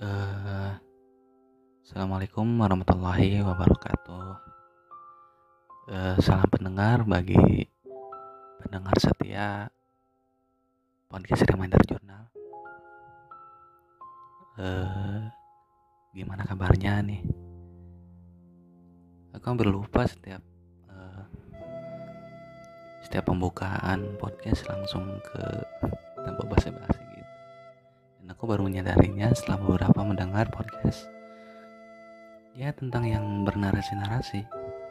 Eh, Assalamualaikum warahmatullahi wabarakatuh. Salam pendengar bagi pendengar setia podcast Reminder Journal. Gimana kabarnya nih? Aku hampir lupa setiap pembukaan podcast langsung ke tanpa basa-basi gitu. Dan aku baru menyadarinya setelah beberapa mendengar podcast ya tentang yang bernarasi-narasi.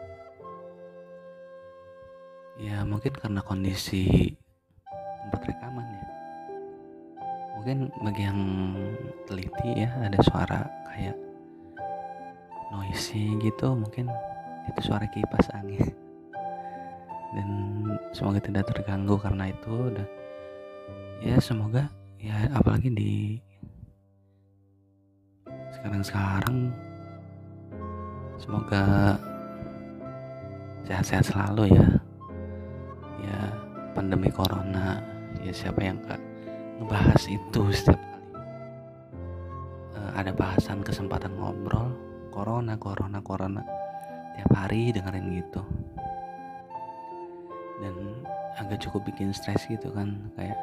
Ya mungkin karena kondisi tempat rekaman ya. Mungkin bagi yang teliti ya ada suara kayak noisy gitu, mungkin itu suara kipas angin. Dan semoga tidak terganggu karena itu. Dan ya semoga ya apalagi di sekarang semoga sehat-sehat selalu ya. Ya pandemi corona, ya siapa yang gak ngebahas itu setiap kali ada bahasan kesempatan ngobrol corona tiap hari dengerin gitu. Dan agak cukup bikin stres gitu kan, kayak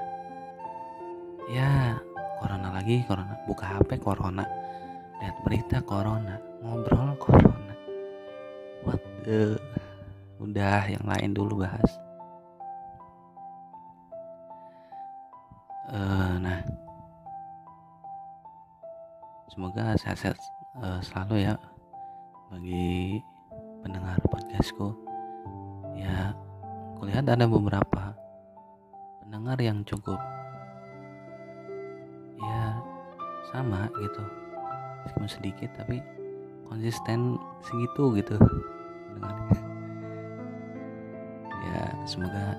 ya corona lagi, corona, buka HP corona, lihat berita corona, ngobrol corona, what the, udah yang lain dulu bahas. Nah semoga sehat-sehat selalu ya bagi pendengar podcastku. Ya kulihat ada beberapa pendengar yang cukup ya sama gitu, meskipun sedikit tapi konsisten segitu gitu pendengarnya. Ya semoga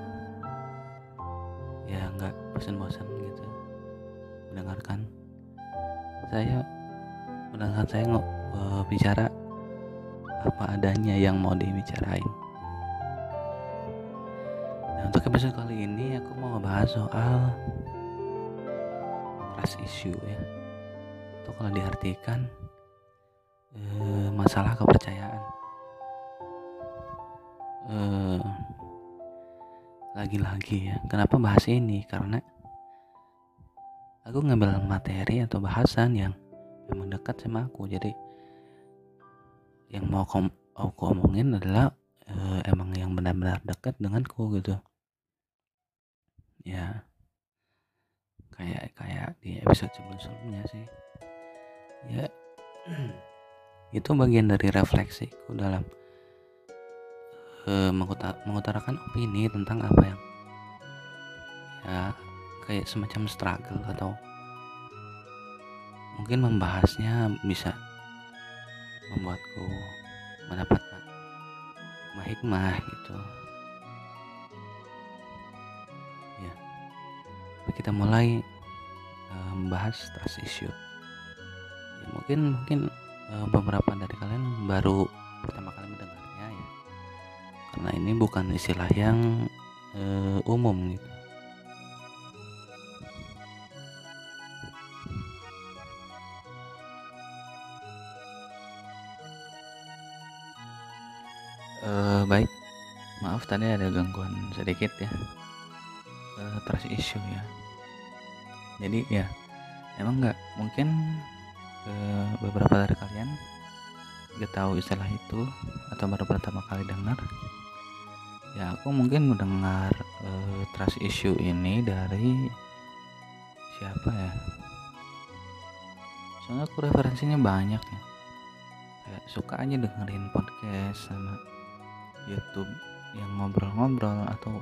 ya nggak bosan-bosan gitu mendengarkan saya bicara apa adanya yang mau dibicarain. Nah, untuk episode kali ini aku mau ngebahas soal trust issue ya, atau kalau diartikan masalah kepercayaan. Lagi-lagi ya, kenapa bahas ini? Karena aku ngambil materi atau bahasan yang memang dekat sama aku, jadi yang mau aku omongin adalah emang yang benar-benar dekat denganku gitu ya, kayak di episode sebelumnya sih ya. Itu bagian dari refleksiku dalam mengutarakan opini tentang apa yang ya kayak semacam struggle, atau mungkin membahasnya bisa membuatku mendapatkan hikmah gitu ya. Kita mulai membahas trust issue ya. Mungkin beberapa dari kalian baru pertama kali mendengarnya ya, karena ini bukan istilah yang umum gitu. Baik, maaf tadi ada gangguan sedikit ya. Trust issue ya, jadi ya emang nggak mungkin beberapa dari kalian gak tahu istilah itu atau baru pertama kali dengar ya. Aku mungkin mendengar trust issue ini dari siapa ya, soalnya aku referensinya banyak ya, kayak suka aja dengerin podcast sama YouTube yang ngobrol-ngobrol, atau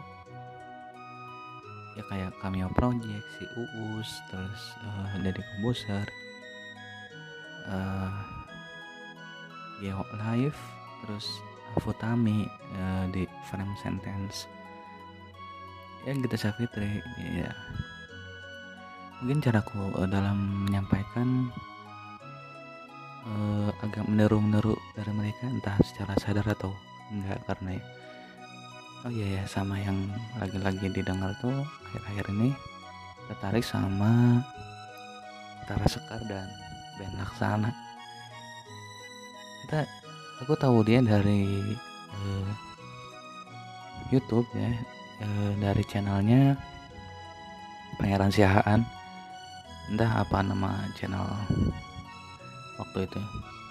ya kayak Cameo Project, si Uus, terus Deddy Komposer, Geo Live, terus Futami di Frame Sentence ya, Gita Savitri ya. Mungkin caraku dalam menyampaikan agak meneru dari mereka, entah secara sadar atau enggak, karena ya oh iya ya, sama yang lagi-lagi didengar tuh akhir-akhir ini tertarik sama Tara Sekar dan band Laksana. Aku tahu dia dari YouTube ya, dari channelnya Pangeran Siahaan, entah apa nama channel waktu itu.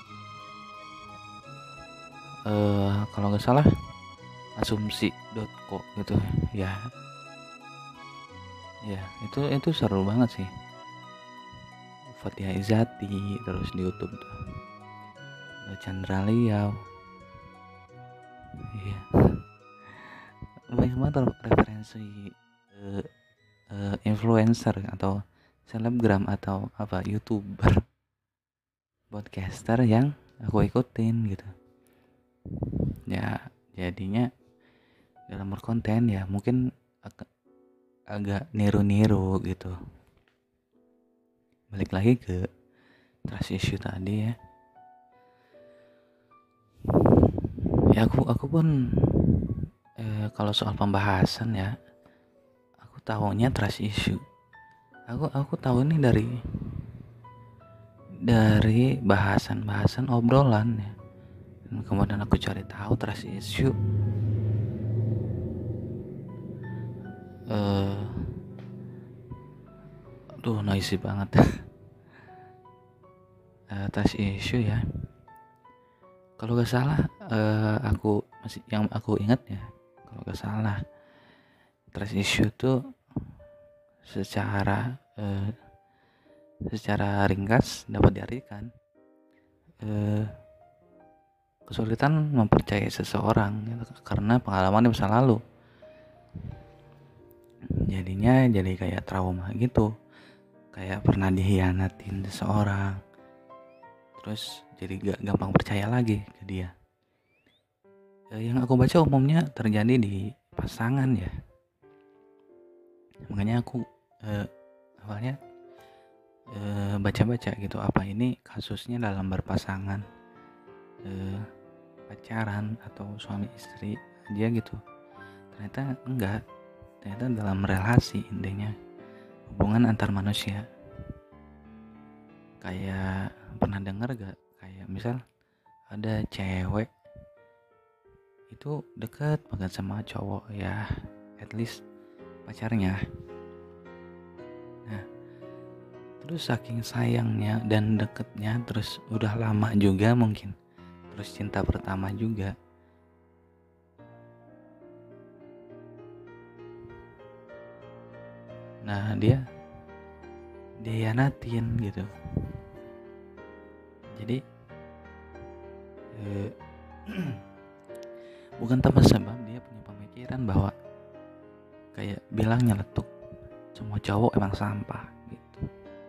Kalau nggak salah asumsi.co gitu ya. Ya itu seru banget sih. Fathia Izati, terus di YouTube tuh Chandra Liao. Iya, banyak banget referensi influencer atau selebgram atau apa YouTuber, podcaster yang aku ikutin gitu. Ya jadinya dalam berkonten ya mungkin agak niru-niru gitu. Balik lagi ke trust issue tadi ya. Ya aku pun kalau soal pembahasan ya, aku tahunya trust issue. Aku tahu ini dari bahasan obrolan ya. Dan kemudian aku cari tahu trust issue. Aduh noisy banget. Trust issue ya. Kalau gak salah aku masih yang aku ingat ya, kalau gak salah trust issue tuh secara ringkas dapat diartikan kesulitan mempercayai seseorang gitu, karena pengalaman di masa lalu. Jadinya jadi kayak trauma gitu, kayak pernah dihianatin seseorang, terus jadi gak gampang percaya lagi ke dia. Yang aku baca umumnya terjadi di pasangan ya, makanya aku awalnya baca-baca gitu apa ini kasusnya dalam berpasangan, pacaran atau suami istri aja gitu. Ternyata enggak, ternyata dalam relasi, intinya hubungan antar manusia. Kayak pernah dengar gak, kayak misal ada cewek itu deket banget sama cowok ya, at least pacarnya. Nah terus saking sayangnya dan deketnya, terus udah lama juga mungkin, terus cinta pertama juga, nah dia hianatin gitu. Jadi bukan tanpa sebab dia punya pemikiran bahwa kayak bilang nyeletuk, semua cowok emang sampah gitu.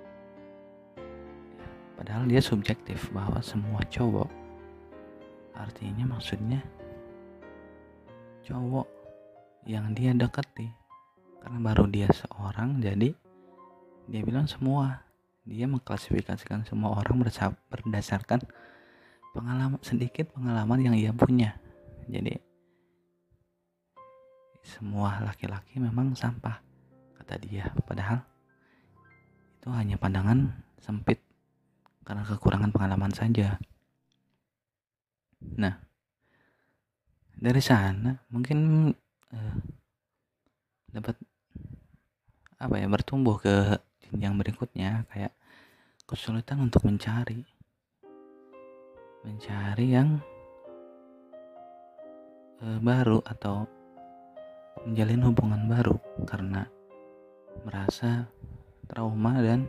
Padahal dia subjektif bahwa semua cowok, artinya maksudnya cowok yang dia deketi, karena baru dia seorang, jadi dia bilang semua. Dia mengklasifikasikan semua orang berdasarkan sedikit pengalaman yang ia punya. Jadi semua laki-laki memang sampah, kata dia. Padahal itu hanya pandangan sempit karena kekurangan pengalaman saja. Nah dari sana mungkin dapat bertumbuh ke jenjang berikutnya, kayak kesulitan untuk mencari yang baru atau menjalin hubungan baru karena merasa trauma dan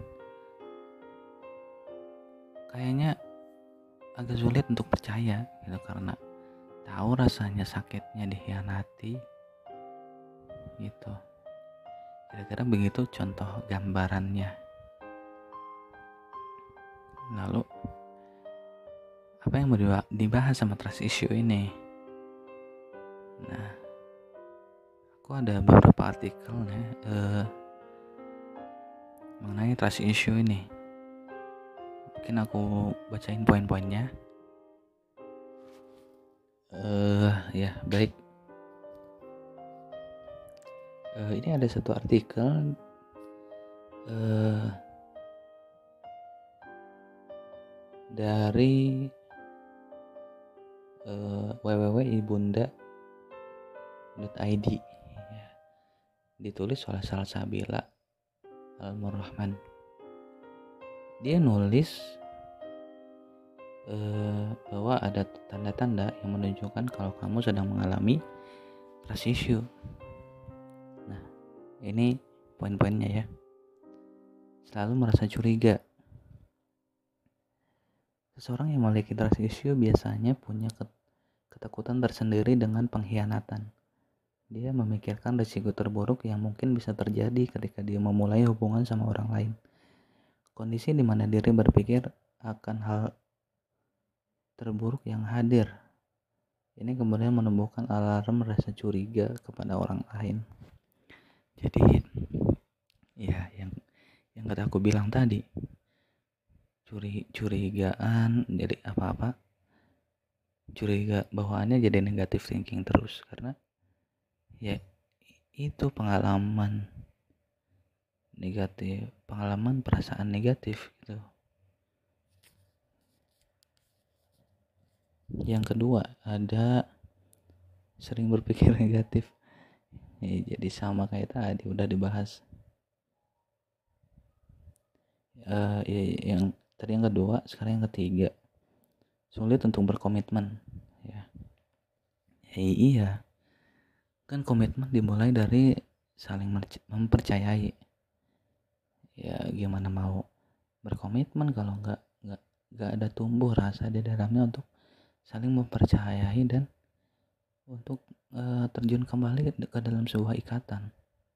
kayaknya agak sulit untuk percaya gitu, karena tahu rasanya sakitnya dikhianati gitu. Kira-kira begitu contoh gambarannya. Lalu apa yang mau dibahas sama trust issue ini? Nah, aku ada beberapa artikel mengenai trust issue ini. Mungkin aku bacain poin-poinnya. Ya baik. Ini ada satu artikel dari www.ibunda.id ya. Ditulis oleh Salsabila Al-Murrahman. Dia nulis bahwa ada tanda-tanda yang menunjukkan kalau kamu sedang mengalami trust issue. Nah, ini poin-poinnya ya. Selalu merasa curiga. Seseorang yang memiliki trust issue biasanya punya ketakutan tersendiri dengan pengkhianatan. Dia memikirkan risiko terburuk yang mungkin bisa terjadi ketika dia memulai hubungan sama orang lain. Kondisi di mana diri berpikir akan hal terburuk yang hadir. Ini kemudian menumbuhkan alarm rasa curiga kepada orang lain. Jadi, ya yang kata aku bilang tadi, curigaan jadi apa-apa, curiga bawaannya jadi negative thinking terus, karena ya itu pengalaman perasaan negatif gitu. Yang kedua, ada sering berpikir negatif. Jadi sama kayak tadi udah dibahas. Yang tadi yang kedua, sekarang yang ketiga, sulit untuk berkomitmen. Ya, iya, kan komitmen dimulai dari saling mempercayai. Ya gimana mau berkomitmen kalau nggak ada tumbuh rasa di dalamnya untuk saling mempercayai dan untuk terjun kembali ke dalam sebuah ikatan.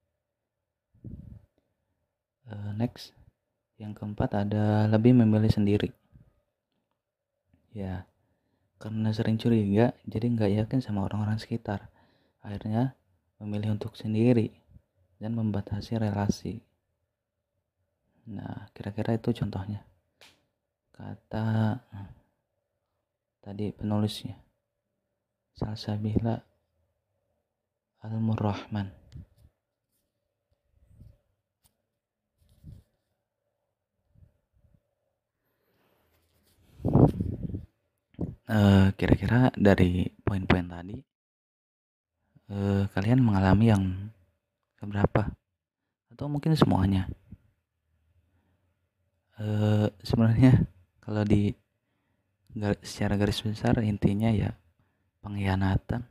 Next, yang keempat ada lebih memilih sendiri. Ya, karena sering curiga, jadi nggak yakin sama orang-orang sekitar. Akhirnya memilih untuk sendiri dan membatasi relasi. Nah, kira-kira itu contohnya. Kata tadi penulisnya, Salsabila Al-Murrahman. Kira-kira dari poin-poin tadi, kalian mengalami yang keberapa? Atau mungkin semuanya? Sebenarnya kalau secara garis besar intinya ya pengkhianatan,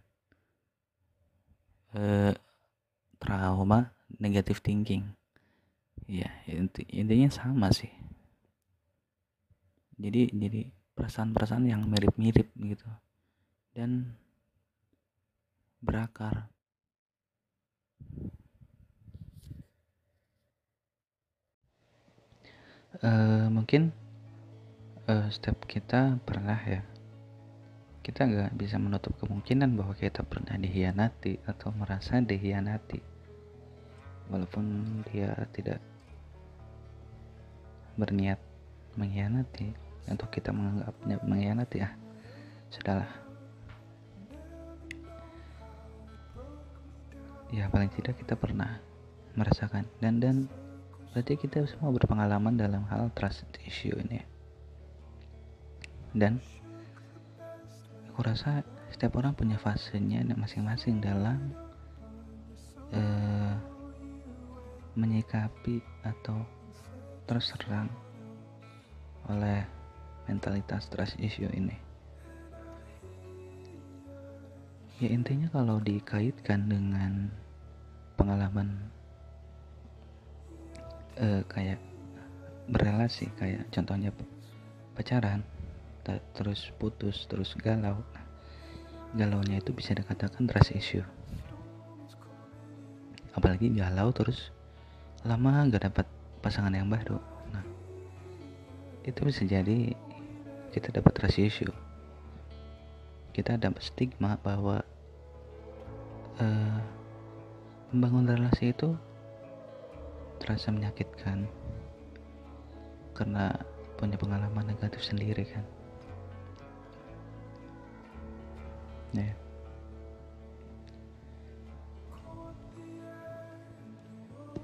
trauma, negative thinking. Ya intinya sama sih. Jadi perasaan-perasaan yang mirip-mirip gitu dan berakar. Mungkin setiap kita pernah ya, kita nggak bisa menutup kemungkinan bahwa kita pernah dikhianati atau merasa dikhianati, walaupun dia tidak berniat mengkhianati atau kita menganggapnya mengkhianati. Sudahlah ya, paling tidak kita pernah merasakan dan berarti kita semua berpengalaman dalam hal trust issue ini. Dan aku rasa setiap orang punya fasenya masing-masing dalam menyikapi atau terserang oleh mentalitas trust issue ini. Ya intinya kalau dikaitkan dengan pengalaman kayak berelasi, kayak contohnya pacaran terus putus terus galau. Galaunya itu bisa dikatakan trust issue. Apalagi galau terus lama gak dapat pasangan yang baru. Nah, itu bisa jadi kita dapat trust issue. Kita dapat stigma bahwa membangun relasi itu terasa menyakitkan karena punya pengalaman negatif sendiri kan. Ya.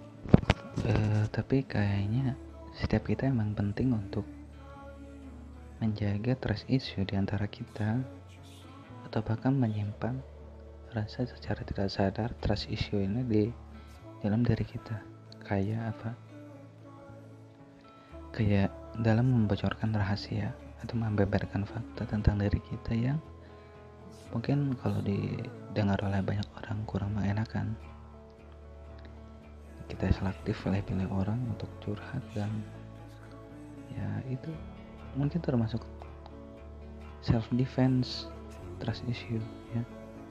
Tapi kayaknya setiap kita emang penting untuk menjaga trust issue di antara kita, atau bahkan menyimpan rasa secara tidak sadar trust issue ini di dalam diri kita. Kayak apa? Kayak dalam membocorkan rahasia atau membeberkan fakta tentang diri kita yang mungkin kalau didengar oleh banyak orang kurang mengenakan. Kita selektif pilih orang untuk curhat, dan ya itu mungkin termasuk self defense trust issue ya.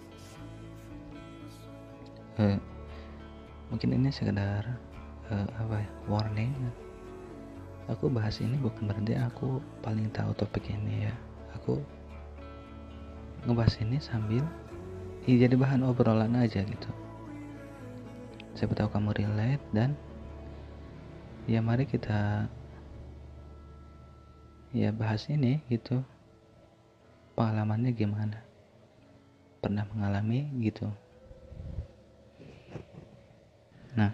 Mungkin ini sekedar warning. Aku bahas ini bukan berarti aku paling tahu topik ini ya. Aku ngebahas ini sambil jadi bahan obrolan aja gitu. Siapa tahu kamu relate, dan ya mari kita ya bahas ini gitu. Pengalamannya gimana? Pernah mengalami gitu. Nah,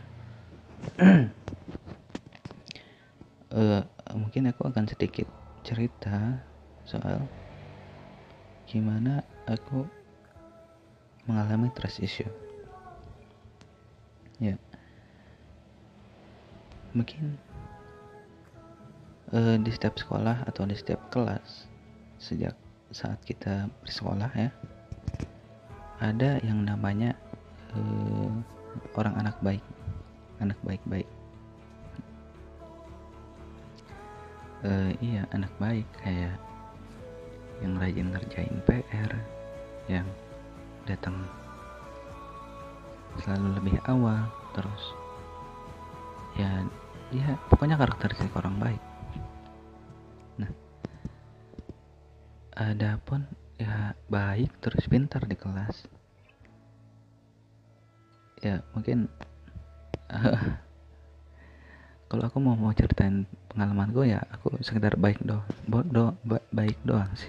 mungkin aku akan sedikit cerita soal gimana aku mengalami trust issue. Ya, mungkin di setiap sekolah atau di setiap kelas, sejak saat kita bersekolah ya, ada yang namanya orang anak baik. Iya, anak baik, kayak yang rajin ngerjain PR, yang datang selalu lebih awal, terus ya pokoknya karakteristik orang baik. Nah, adapun ya baik terus pintar di kelas, ya mungkin kalau aku mau ceritain pengalaman gue ya aku sekedar baik doang sih.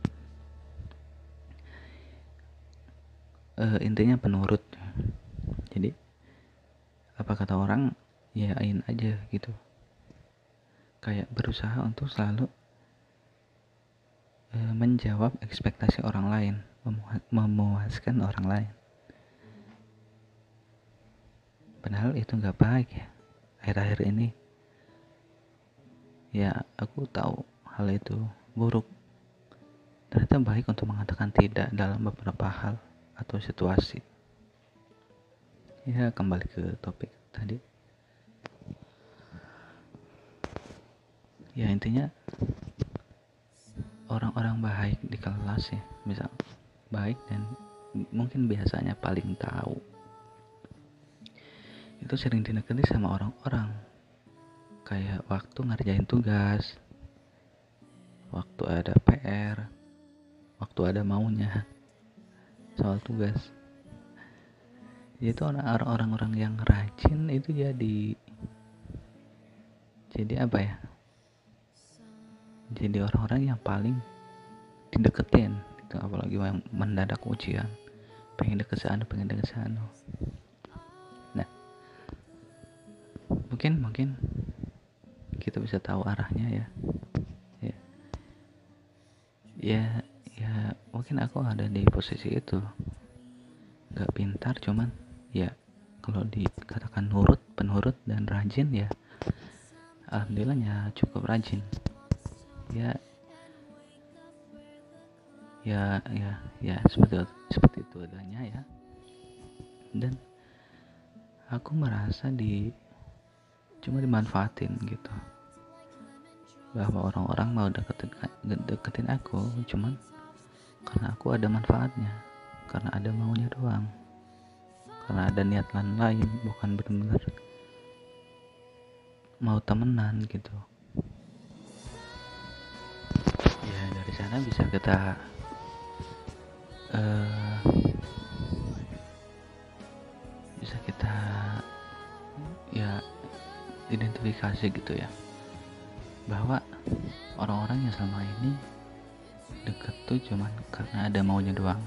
Intinya penurut. Jadi apa kata orang yain aja gitu. Kayak berusaha untuk selalu menjawab ekspektasi orang lain, memuaskan orang lain. Padahal itu nggak baik ya. Akhir-akhir ini ya aku tahu hal itu buruk. Ternyata baik untuk mengatakan tidak dalam beberapa hal atau situasi. Ya, kembali ke topik tadi. Ya intinya orang-orang baik di kelas ya, misal baik dan mungkin biasanya paling tahu, itu sering dinekati sama orang-orang. Kayak waktu ngerjain tugas, waktu ada PR, waktu ada maunya soal tugas. Itu orang-orang yang rajin itu jadi apa ya? Jadi orang-orang yang paling dideketin itu, apalagi yang mendadak ujian, pengen deket sana. Nah, mungkin kita bisa tahu arahnya ya. Ya mungkin aku ada di posisi itu, nggak pintar, cuman ya kalau dikatakan penurut dan rajin ya alhamdulillahnya cukup rajin. Ya seperti itu adanya ya. Dan aku merasa cuma dimanfaatin gitu, bahwa orang-orang mau deketin aku cuman karena aku ada manfaatnya, karena ada maunya doang, karena ada niat lain, bukan benar-benar mau temenan gitu. Ya dari sana bisa kita ya identifikasi gitu ya, bahwa orang-orang yang selama ini deket tuh cuman karena ada maunya doang.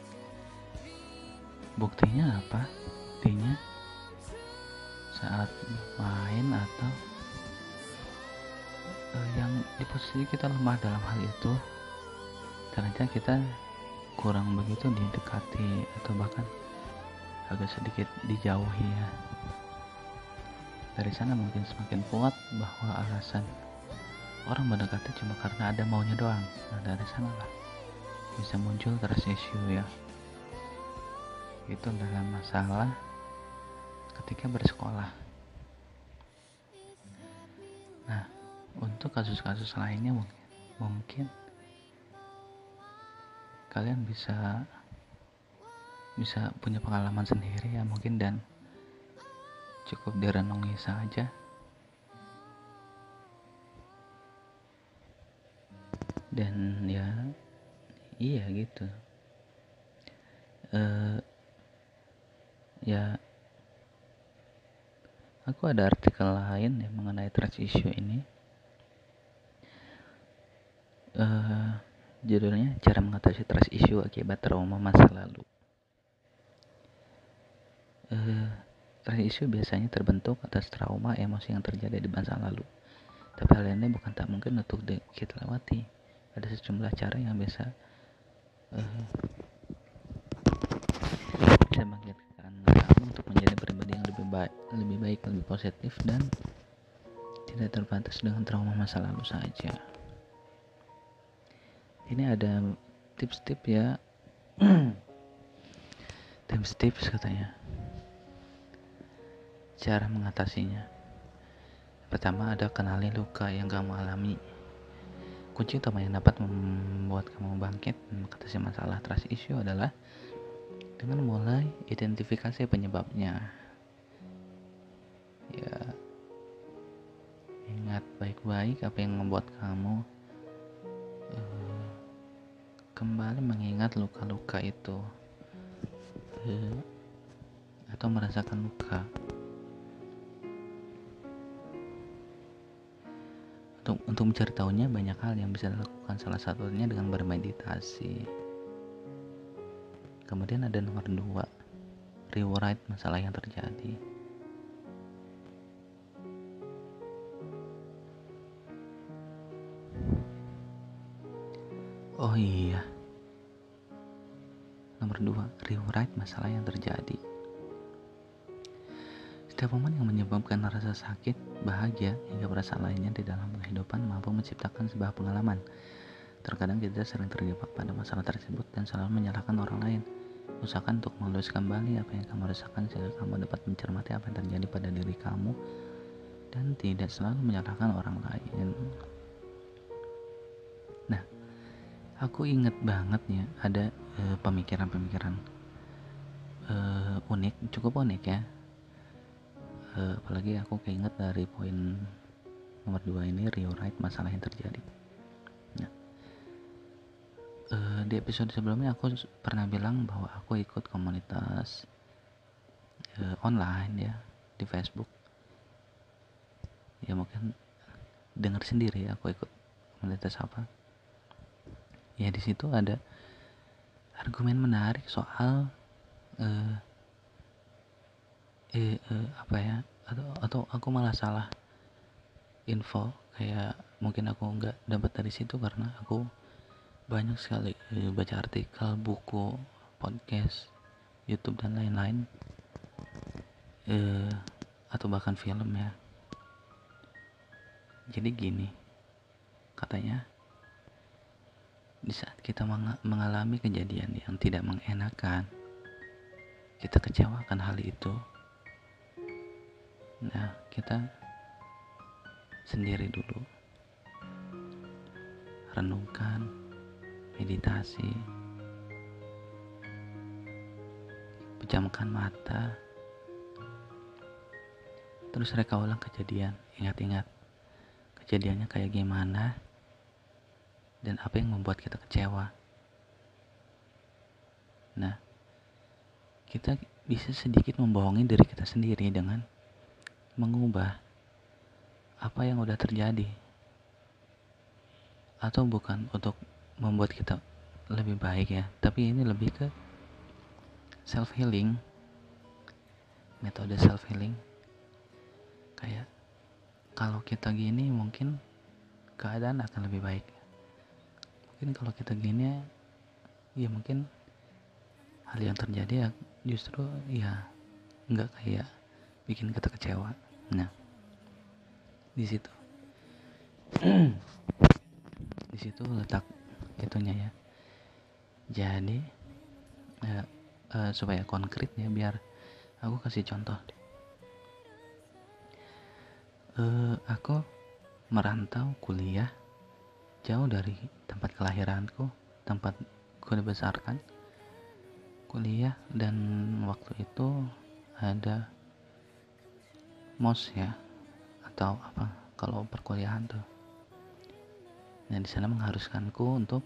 Buktinya apa? Buktinya saat main atau yang di posisi kita lemah dalam hal itu, ternyata kita kurang begitu didekati atau bahkan agak sedikit dijauhi ya. Dari sana mungkin semakin kuat bahwa alasan orang mendekati cuma karena ada maunya doang. Nah dari sanalah bisa muncul trust issue ya. Itu dalam masalah ketika bersekolah. Nah untuk kasus-kasus lainnya mungkin kalian bisa punya pengalaman sendiri ya mungkin, dan cukup direnungi saja. Dan ya iya gitu. Ya aku ada artikel lain ya mengenai trust issue ini. Judulnya cara mengatasi trust issue akibat trauma masa lalu. Trust issue biasanya terbentuk atas trauma emosi yang terjadi di masa lalu. Tapi hal ini bukan tak mungkin untuk kita lewati. Ada sejumlah cara yang bisa membangkitkan kamu untuk menjadi pribadi yang lebih baik, lebih positif, dan tidak terbatas dengan trauma masa lalu saja. Ini ada tips-tips ya. Tips katanya. Cara mengatasinya. Pertama, ada kenali luka yang kamu alami. Kunci utama yang dapat membuat kamu bangkit mengatasi masalah trust issue adalah dengan mulai identifikasi penyebabnya. Ya, ingat baik-baik apa yang membuat kamu kembali mengingat luka-luka itu, atau merasakan luka. Untuk mencari tahunya banyak hal yang bisa dilakukan, salah satunya dengan bermeditasi. Kemudian ada nomor 2, rewrite masalah yang terjadi. Oh iya, nomor 2, rewrite masalah yang terjadi. Setiap momen yang menyebabkan rasa sakit, bahagia, hingga perasaan lainnya di dalam kehidupan mampu menciptakan sebuah pengalaman. Terkadang kita sering terjebak pada masalah tersebut dan selalu menyalahkan orang lain. Usahakan untuk menulis kembali apa yang kamu rasakan sehingga kamu dapat mencermati apa yang terjadi pada diri kamu dan tidak selalu menyalahkan orang lain. Nah, aku inget banget ya ada pemikiran-pemikiran cukup unik ya. Apalagi aku keinget dari poin nomor 2 ini, rewrite masalah yang terjadi. Nah, di episode sebelumnya aku pernah bilang bahwa aku ikut komunitas online ya di Facebook. Ya mungkin dengar sendiri aku ikut komunitas apa. Ya di situ ada argumen menarik soal apa ya, atau aku malah salah info, kayak mungkin aku nggak dapat dari situ karena aku banyak sekali baca artikel, buku, podcast, YouTube dan lain-lain, atau bahkan film ya. Jadi gini katanya, di saat kita mengalami kejadian yang tidak mengenakan, kita kecewakan hal itu. Nah, kita sendiri dulu, renungkan, meditasi, pejamkan mata, terus reka ulang kejadian. Ingat-ingat kejadiannya kayak gimana dan apa yang membuat kita kecewa. Nah, kita bisa sedikit membohongi diri kita sendiri dengan mengubah apa yang udah terjadi, atau bukan untuk membuat kita lebih baik ya, tapi ini lebih ke self healing, metode self healing. Kayak kalau kita gini mungkin keadaan akan lebih baik. Mungkin kalau kita gini ya mungkin hal yang terjadi ya justru ya nggak kayak bikin kita kecewa. Nah di situ di situ letak itunya ya. Jadi supaya konkret ya, biar aku kasih contoh. Aku merantau kuliah jauh dari tempat kelahiranku, tempat ku dibesarkan, kuliah, dan waktu itu ada MOS ya, atau apa kalau perkuliahan tuh. Nah di sana mengharuskanku untuk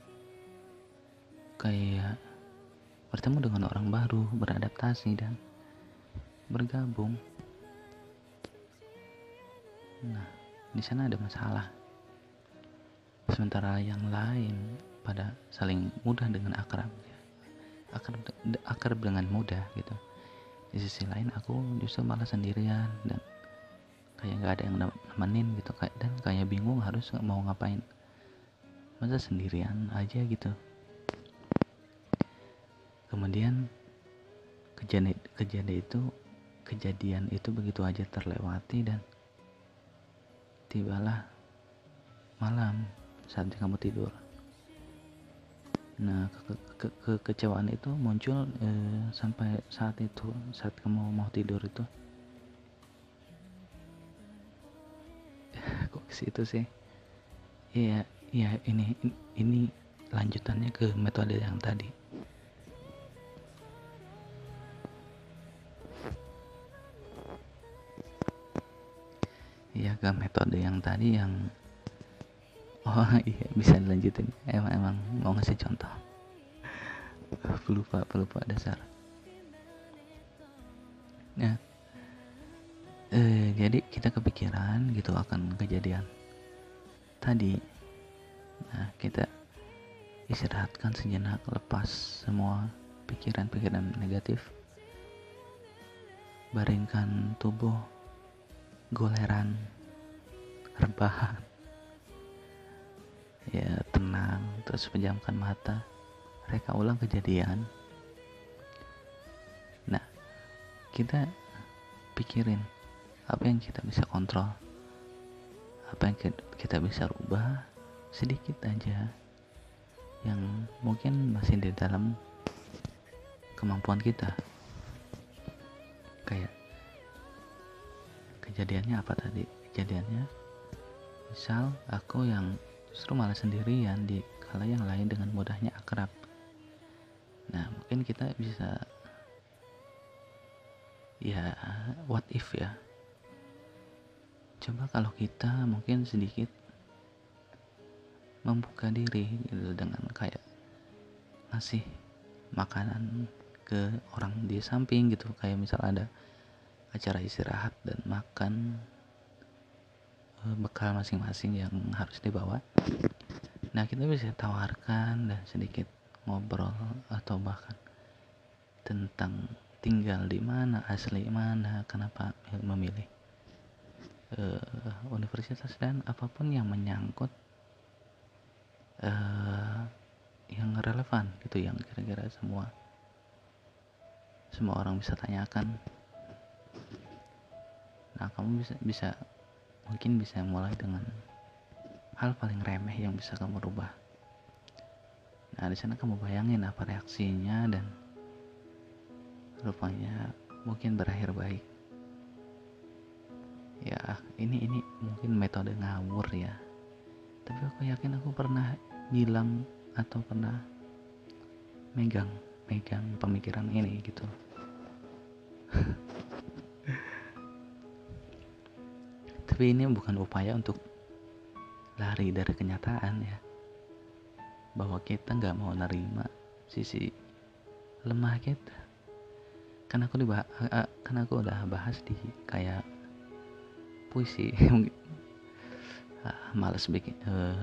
kayak bertemu dengan orang baru, beradaptasi dan bergabung. Nah di sana ada masalah. Sementara yang lain pada saling mudah dengan akrab dengan mudah gitu. Di sisi lain aku justru malah sendirian dan kayak nggak ada yang nemenin gitu, dan kayak bingung harus mau ngapain, masa sendirian aja gitu. Kemudian kejadian itu begitu aja terlewati dan tibalah malam saat kamu tidur. Nah kekecewaan itu muncul sampai saat itu, saat kamu mau tidur itu. Kok ke situ sih? Iya ini lanjutannya ke metode yang tadi. Iya, ke metode yang tadi yang iya bisa dilanjutin. Emang mau ngasih contoh. Pelupa dasar. Nah jadi kita kepikiran gitu akan kejadian tadi. Nah kita istirahatkan sejenak, lepas semua pikiran-pikiran negatif, baringkan tubuh, goleran, rebahan, ya tenang, terus pejamkan mata, reka ulang kejadian. Nah kita pikirin apa yang kita bisa kontrol, apa yang kita bisa rubah sedikit aja, yang mungkin masih di dalam kemampuan kita. Kayak kejadiannya apa tadi? Kejadiannya misal aku yang justru malah sendirian di kala yang lain dengan mudahnya akrab. Nah mungkin kita bisa ya what if ya, coba kalau kita mungkin sedikit membuka diri gitu, dengan kayak ngasih makanan ke orang di samping gitu, kayak misal ada acara istirahat dan makan bekal masing-masing yang harus dibawa. Nah kita bisa tawarkan dan sedikit ngobrol atau bahkan tentang tinggal di mana, asli mana, kenapa memilih universitas, dan apapun yang menyangkut yang relevan gitu, yang kira-kira semua orang bisa tanyakan. Nah kamu bisa mungkin bisa mulai dengan hal paling remeh yang bisa kamu rubah. Nah di sana kamu bayangin apa reaksinya, dan rupanya mungkin berakhir baik. Ya ini mungkin metode ngawur ya, tapi aku yakin aku pernah bilang atau pernah megang pemikiran ini gitu. Tapi ini bukan upaya untuk lari dari kenyataan ya, bahwa kita nggak mau nerima sisi lemah kita. Kan aku udah bahas di kayak puisi. Males bikin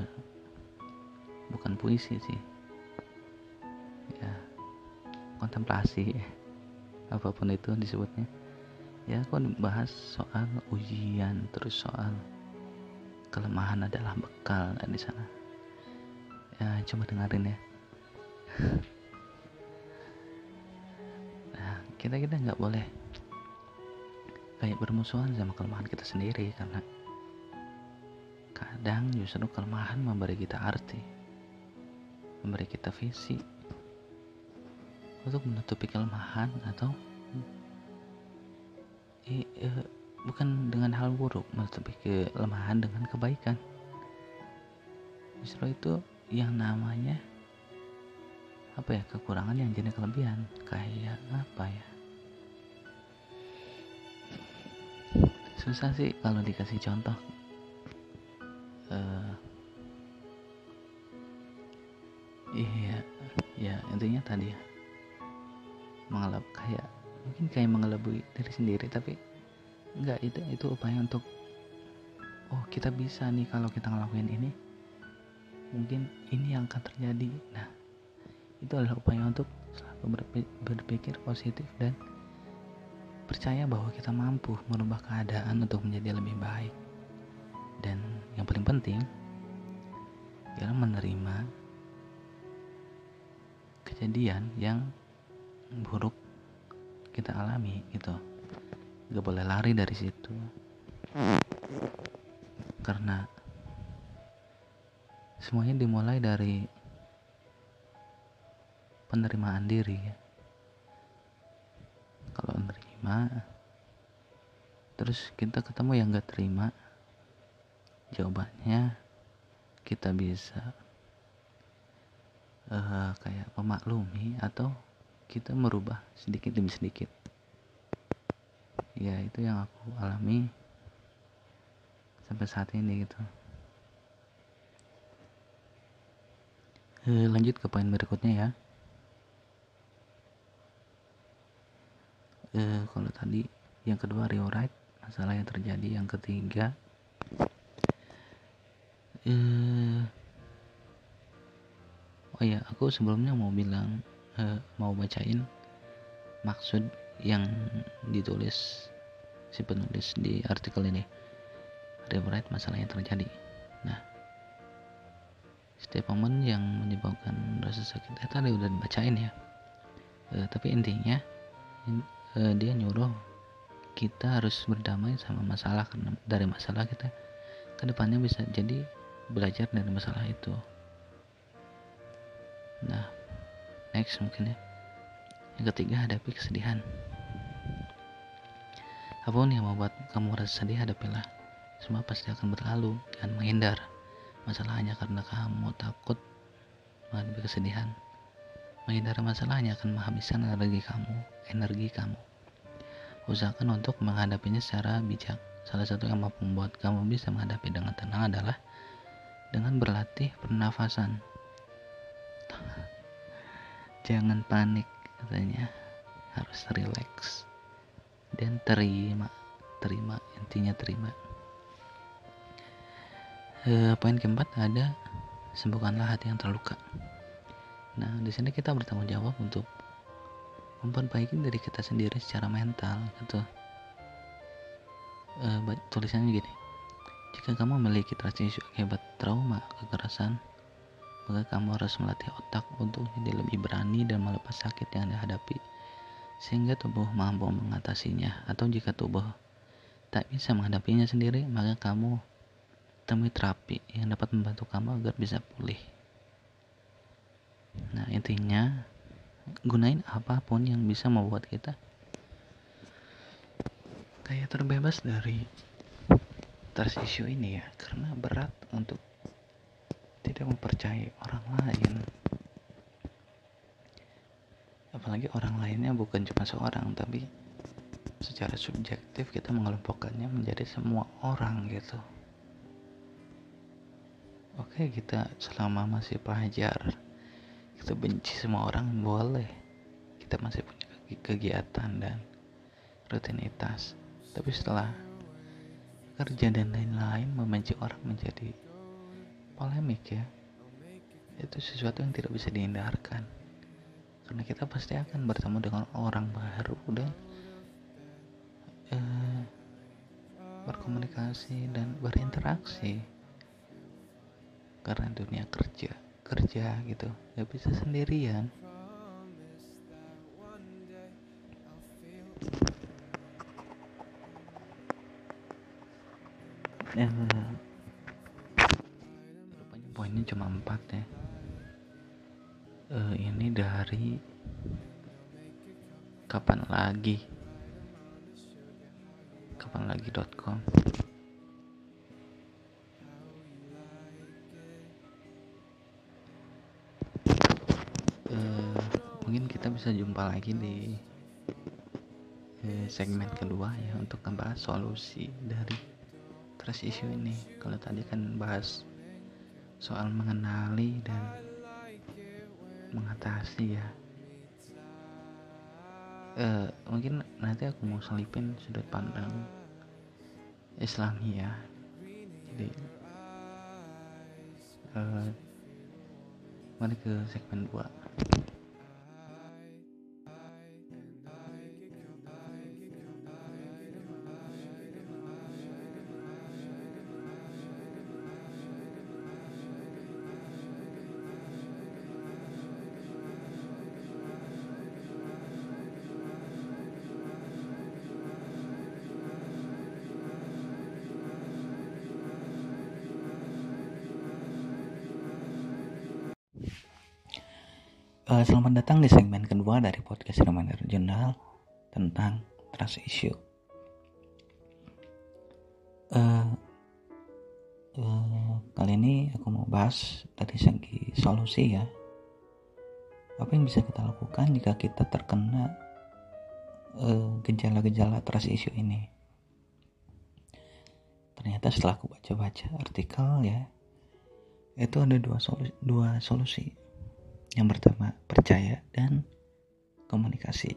bukan puisi sih ya, kontemplasi apapun itu disebutnya ya. Aku bahas soal ujian, terus soal kelemahan adalah bekal di sana. Ya coba dengerin ya. Nah, kita nggak boleh kayak bermusuhan sama kelemahan kita sendiri, karena kadang justru kelemahan memberi kita arti, memberi kita visi untuk menutupi kelemahan, atau bukan dengan hal buruk, menutupi kelemahan dengan kebaikan. Justru itu yang namanya kekurangan yang jadi kelebihan. Kayak apa ya, susah sih kalau dikasih contoh. Ya intinya tadi ya, mungkin kayak mengelabui diri sendiri, tapi enggak, itu upaya untuk kita bisa nih, kalau kita ngelakuin ini mungkin ini yang akan terjadi. Nah, itu adalah upaya untuk selalu berpikir positif dan percaya bahwa kita mampu merubah keadaan untuk menjadi lebih baik. Dan yang paling penting ialah menerima kejadian yang buruk kita alami gitu. Gak boleh lari dari situ, karena semuanya dimulai dari penerimaan diri ya. Kalau menerima terus kita ketemu yang gak terima, jawabannya kita bisa kayak memaklumi, atau kita merubah sedikit demi sedikit. Ya itu yang aku alami sampai saat ini gitu. Lanjut ke poin berikutnya ya. Kalau tadi yang kedua rewrite masalah yang terjadi, yang ketiga aku sebelumnya mau bilang, mau bacain maksud yang ditulis si penulis di artikel ini. Rewrite masalah yang terjadi. Nah, setiap momen yang menyebabkan rasa sakit tadi udah dibacain ya. Tapi intinya dia nyuruh kita harus berdamai sama masalah, karena dari masalah kita kedepannya bisa jadi belajar dari masalah itu. Nah, next mungkin ya, yang ketiga, hadapi kesedihan. Apapun yang membuat kamu merasa sedih, hadapilah. Semua pasti akan berlalu. Jangan menghindar masalah hanya karena kamu takut menghadapi kesedihan. Menghindar masalah hanya akan menghabiskan energi kamu. Usahakan untuk menghadapinya secara bijak. Salah satu yang mampu membuat kamu bisa menghadapi dengan tenang adalah dengan berlatih pernafasan. Jangan panik katanya, harus relax dan terima, intinya terima. Poin keempat ada, sembuhkanlah hati yang terluka. Nah, di sini kita bertanggung jawab untuk memperbaiki diri kita sendiri secara mental gitu. Tulisannya gini, jika kamu memiliki trust issue akibat trauma kekerasan, maka kamu harus melatih otak untuk jadi lebih berani dan melepas sakit yang dihadapi, sehingga tubuh mampu mengatasinya. Atau jika tubuh tak bisa menghadapinya sendiri, maka kamu temui terapi yang dapat membantu kamu agar bisa pulih. Nah, intinya gunain apapun yang bisa membuat kita kayak terbebas dari trust issue ini ya, karena berat untuk tidak mempercayai orang lain, apalagi orang lainnya bukan cuma seorang, tapi secara subjektif kita mengelompokkannya menjadi semua orang gitu. Oke, kita selama masih pelajar kita benci semua orang, boleh. Kita masih punya kegiatan dan rutinitas, tapi setelah kerja dan lain-lain, membenci orang menjadi polemik ya. Itu sesuatu yang tidak bisa dihindarkan, karena kita pasti akan bertemu dengan orang baru dan berkomunikasi dan berinteraksi. karena dunia kerja gitu, nggak bisa sendirian. Rupanya poinnya cuma 4 ya. Ini dari kapanlagi.com. Mungkin kita bisa jumpa lagi di segmen kedua ya, untuk membahas solusi dari trust issue ini. Kalau tadi kan bahas soal mengenali dan mengatasi ya. Mungkin nanti aku mau selipin sudut pandang Islami ya. Jadi mari ke segmen 2. Selamat datang di segmen kedua dari podcast Reminder Journal tentang trust issue. Kali ini aku mau bahas dari segi solusi ya. Apa yang bisa kita lakukan jika kita terkena gejala-gejala trust issue ini? Ternyata setelah aku baca-baca artikel ya, itu ada dua solusi. Yang pertama, percaya dan komunikasi.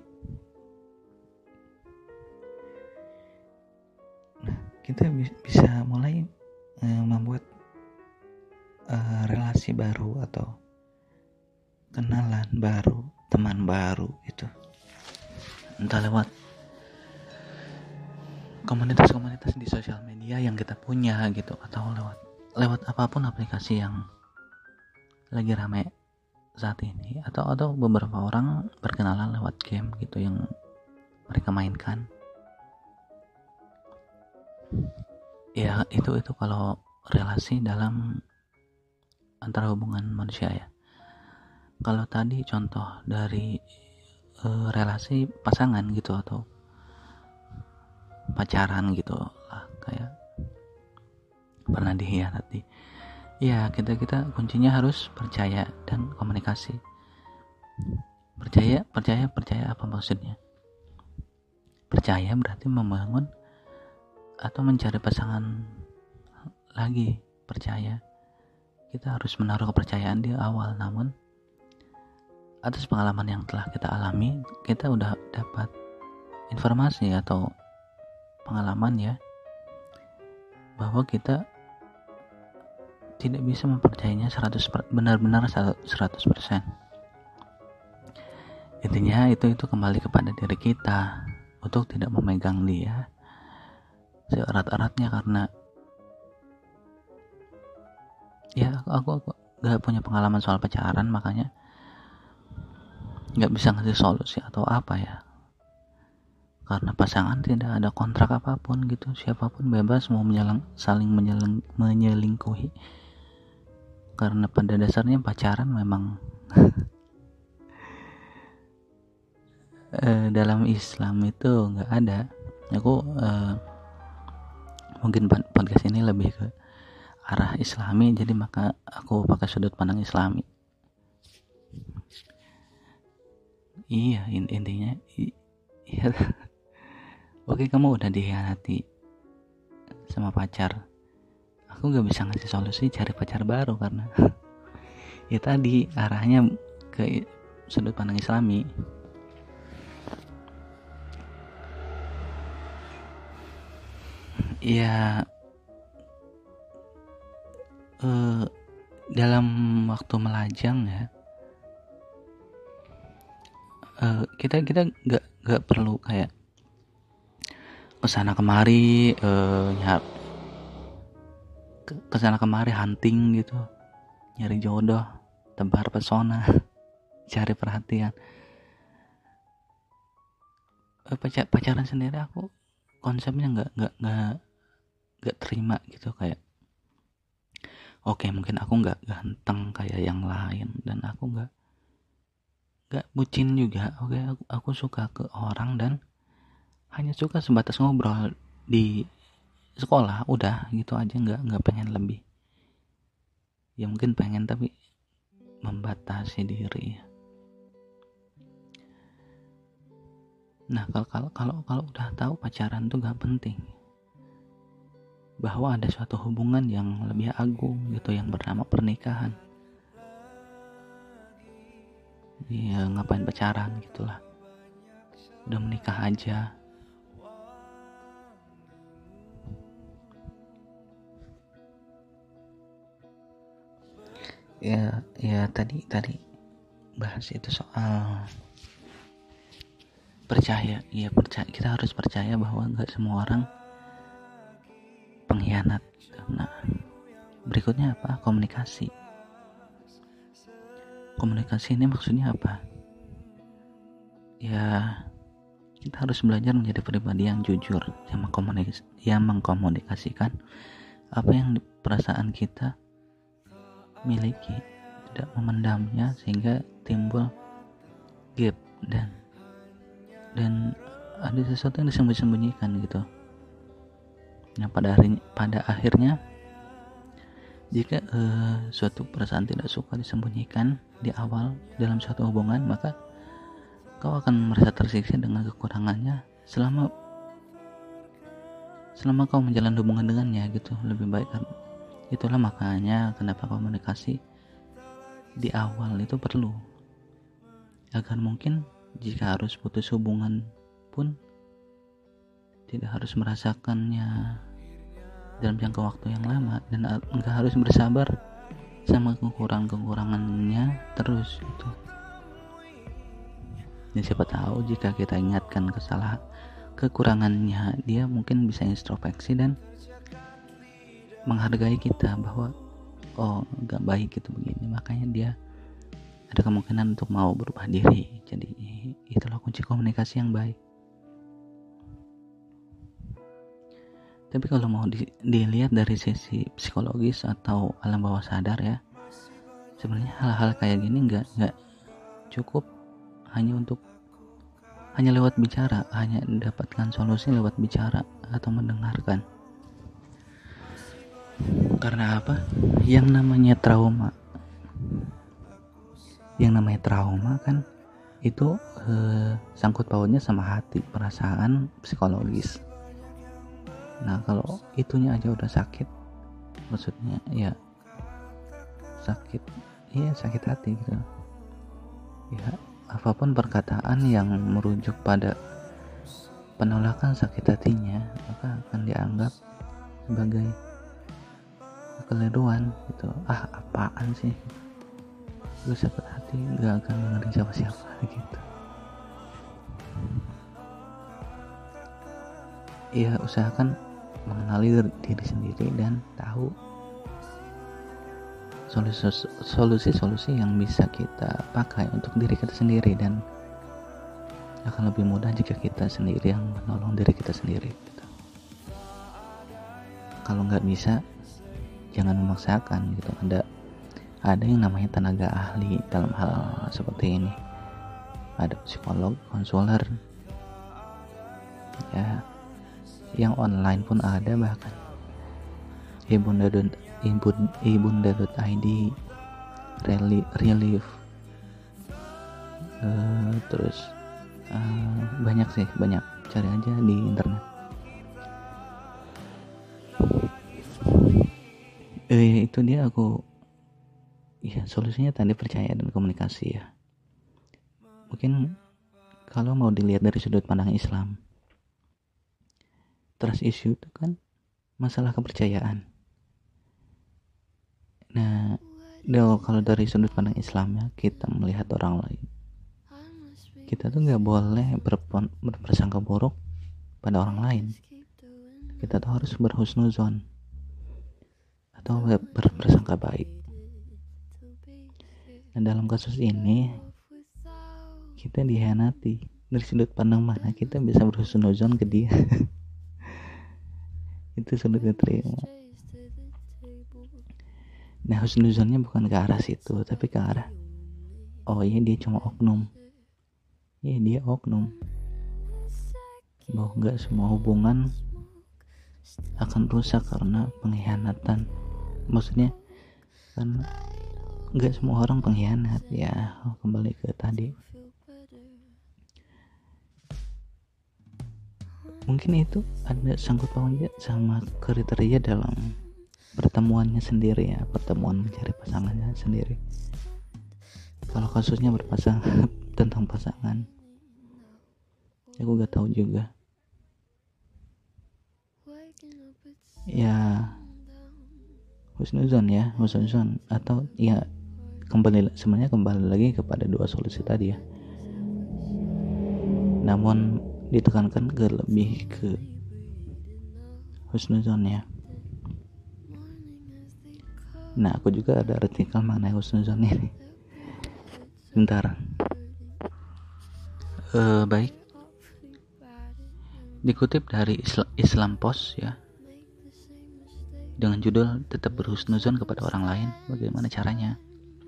Nah, kita bisa mulai membuat relasi baru atau kenalan baru, teman baru gitu. Entah lewat komunitas-komunitas di sosial media yang kita punya gitu, atau lewat apapun aplikasi yang lagi rame saat ini, atau beberapa orang berkenalan lewat game gitu yang mereka mainkan. Ya itu kalau relasi dalam antara hubungan manusia ya. Kalau tadi contoh dari relasi pasangan gitu atau pacaran gitu lah, kayak pernah dikhianati. Ya, kita kuncinya harus percaya dan komunikasi. Percaya apa maksudnya? Percaya berarti membangun atau mencari pasangan lagi. Percaya, kita harus menaruh kepercayaan di awal. Namun atas pengalaman yang telah kita alami, kita udah dapat informasi atau pengalaman ya, bahwa kita tidak bisa mempercayainya benar-benar 100%. Intinya itu kembali kepada diri kita untuk tidak memegang dia seerat-eratnya, karena ya aku gak punya pengalaman soal pacaran, makanya gak bisa ngasih solusi atau apa ya, karena pasangan tidak ada kontrak apapun gitu, siapapun bebas mau saling menyelingkuhi. Karena pada dasarnya pacaran memang dalam Islam itu nggak ada. Aku mungkin podcast ini lebih ke arah Islami, jadi maka aku pakai sudut pandang Islami. Iya, intinya iya. Oke, kamu udah dikhianati sama pacar, aku gak bisa ngasih solusi cari pacar baru, karena ya tadi arahnya ke sudut pandang Islami. Ya dalam waktu melajang ya, kita gak perlu kayak kesana kemari kesana kemari hunting gitu nyari jodoh, tebar pesona, cari perhatian. Pacaran sendiri aku konsepnya nggak terima gitu, kayak oke, mungkin aku nggak ganteng kayak yang lain dan aku nggak bucin juga. Oke, aku suka ke orang dan hanya suka sebatas ngobrol di sekolah, udah gitu aja, nggak pengen lebih. Ya mungkin pengen tapi membatasi diri. Nah, kalau udah tahu pacaran tuh gak penting, bahwa ada suatu hubungan yang lebih agung gitu yang bernama pernikahan. Ya ngapain pacaran gitulah, udah menikah aja. Ya tadi bahas itu soal percaya. Ya percaya, kita harus percaya bahwa nggak semua orang pengkhianat. Nah, berikutnya apa? Komunikasi ini maksudnya apa? Ya kita harus belajar menjadi pribadi yang jujur, yang mengkomunikasikan apa yang perasaan kita miliki, tidak memendamnya sehingga timbul gap dan ada sesuatu yang disembunyikan gitu. Nah, pada akhirnya jika suatu perasaan tidak suka disembunyikan di awal dalam suatu hubungan, maka kau akan merasa tersiksa dengan kekurangannya selama kau menjalin hubungan dengannya gitu. Lebih baik kan. Itulah makanya kenapa komunikasi di awal itu perlu, agar mungkin jika harus putus hubungan pun tidak harus merasakannya dalam jangka waktu yang lama, dan enggak harus bersabar sama kekurangannya terus gitu. Dan siapa tahu jika kita ingatkan kekurangannya, dia mungkin bisa introspeksi dan menghargai kita bahwa oh nggak baik gitu begini, makanya dia ada kemungkinan untuk mau berubah diri. Jadi itulah kunci komunikasi yang baik. Tapi kalau mau dilihat dari sisi psikologis atau alam bawah sadar ya, sebenarnya hal-hal kayak gini nggak cukup hanya lewat bicara, hanya mendapatkan solusi lewat bicara atau mendengarkan. Karena apa? Yang namanya trauma kan itu sangkut pautnya sama hati, perasaan, psikologis. Nah, kalau itunya aja udah sakit, maksudnya ya sakit hati gitu. Ya, apapun perkataan yang merujuk pada penolakan sakit hatinya, maka akan dianggap sebagai kekeliruan gitu. Apaan sih, lu sakit hati gak akan dengerin siapa-siapa gitu. Ya usahakan mengenali diri sendiri dan tahu solusi-solusi yang bisa kita pakai untuk diri kita sendiri, dan akan lebih mudah jika kita sendiri yang menolong diri kita sendiri gitu. Kalau nggak bisa, jangan memaksakan gitu. Ada yang namanya tenaga ahli dalam hal seperti ini, ada psikolog, konselor ya, yang online pun ada, bahkan ibunda.id, relief, terus banyak cari aja di internet. Itu dia solusinya tadi percaya dan komunikasi ya. Mungkin kalau mau dilihat dari sudut pandang Islam, trust issue itu kan masalah kepercayaan. Nah, kalau dari sudut pandang Islam ya, kita melihat orang lain, kita tuh nggak boleh berprasangka buruk pada orang lain. Kita tuh harus berhusnuzon atau berprasangka baik. Nah dalam kasus ini kita dihianati. Dari sudut pandang mana kita bisa berhusnuzon ke dia? Itu sulit diterima. Nah husnuzonnya bukan ke arah situ, tapi ke arah oh iya dia cuma oknum. Iya dia oknum. Bahwa gak semua hubungan akan rusak karena pengkhianatan. Maksudnya kan gak semua orang pengkhianat ya. Kembali ke tadi, mungkin itu ada sangkut pautnya sama kriteria dalam pertemuannya sendiri ya, pertemuan mencari pasangannya sendiri. Kalau kasusnya berpasangan tentang pasangan, aku gak tahu juga ya, husnuzon atau ya sebenarnya kembali lagi kepada dua solusi tadi ya, namun ditekankan lebih ke husnuzon ya. Nah aku juga ada artikel mengenai husnuzon ini. Bentar. Baik, dikutip dari Islam Post ya, dengan judul tetap berhusnuzon kepada orang lain, bagaimana caranya?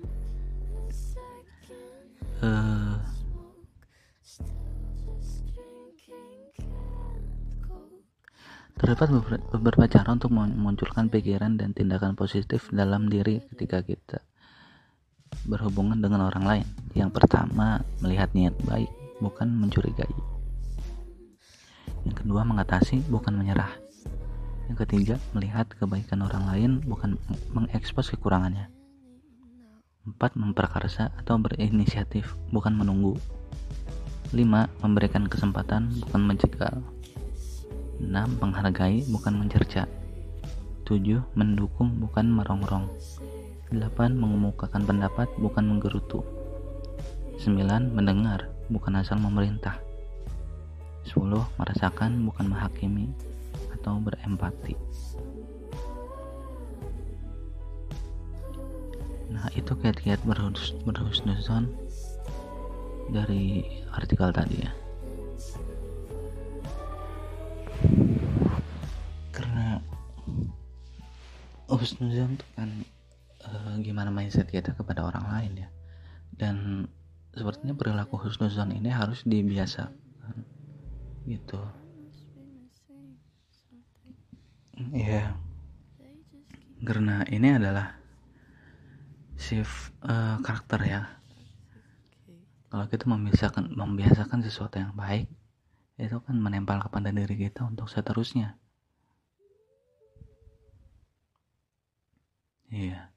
Terdapat beberapa cara untuk memunculkan pikiran dan tindakan positif dalam diri ketika kita berhubungan dengan orang lain. Yang pertama, melihat niat baik, bukan mencurigai. Yang kedua, mengatasi, bukan menyerah. Yang ketiga, melihat kebaikan orang lain, bukan mengekspos kekurangannya. 4. Memperkarsa atau berinisiatif, bukan menunggu. 5. Memberikan kesempatan, bukan mencegal. 6. Menghargai, bukan mencerca. 7. Mendukung, bukan merongrong. 8. Mengemukakan pendapat, bukan menggerutu. 9. Mendengar, bukan asal memerintah. 10. Merasakan, bukan menghakimi atau berempati. Nah itu kiat-kiat berhusnuzon dari artikel tadi ya. Karena husnuzon itu kan gimana mindset kita kepada orang lain ya, dan sepertinya perilaku husnuzon ini harus dibiasakan gitu ya, karena ini adalah karakter ya. Kalau kita membiasakan sesuatu yang baik, itu kan menempel kepada diri kita untuk seterusnya. Iya.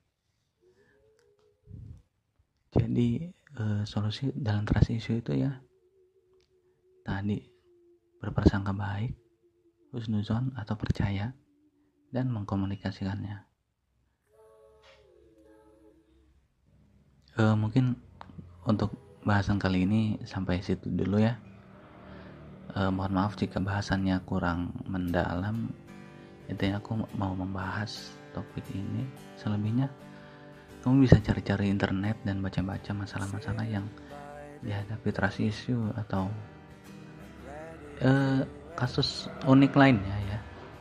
Jadi solusi dalam trust issue itu ya tadi, berprasangka baik, husnuzon atau percaya, dan mengkomunikasikannya. Mungkin untuk bahasan kali ini sampai situ dulu ya. Mohon maaf jika bahasannya kurang mendalam. Intinya aku mau membahas topik ini. Selebihnya kamu bisa cari-cari internet dan baca-baca masalah-masalah yang dihadapi trust issue atau kasus unik lainnya ya.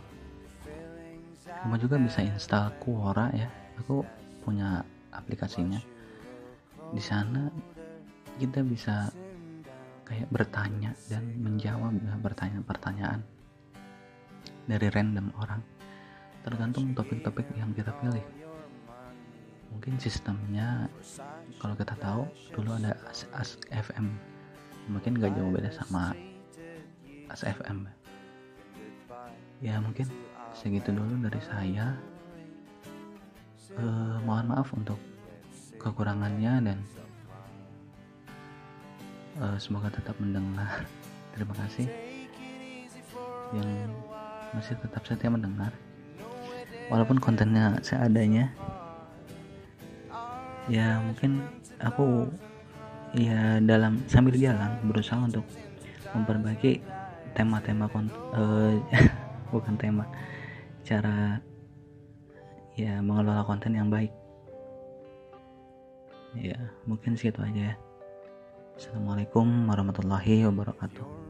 Kamu juga bisa install Quora ya. Aku punya aplikasinya. Di sana kita bisa kayak bertanya dan menjawab pertanyaan-pertanyaan dari random orang, tergantung topik-topik yang kita pilih. Mungkin sistemnya kalau kita tahu dulu ada Ask FM, mungkin gak jauh beda sama Ask FM ya. Mungkin segitu dulu dari saya. Mohon maaf untuk kekurangannya dan semoga tetap mendengar. Terima kasih yang masih tetap setia mendengar walaupun kontennya seadanya ya. Mungkin aku ya dalam sambil jalan berusaha untuk memperbaiki tema-tema bukan tema, cara ya mengelola konten yang baik. Ya mungkin segitu aja ya. Assalamualaikum warahmatullahi wabarakatuh.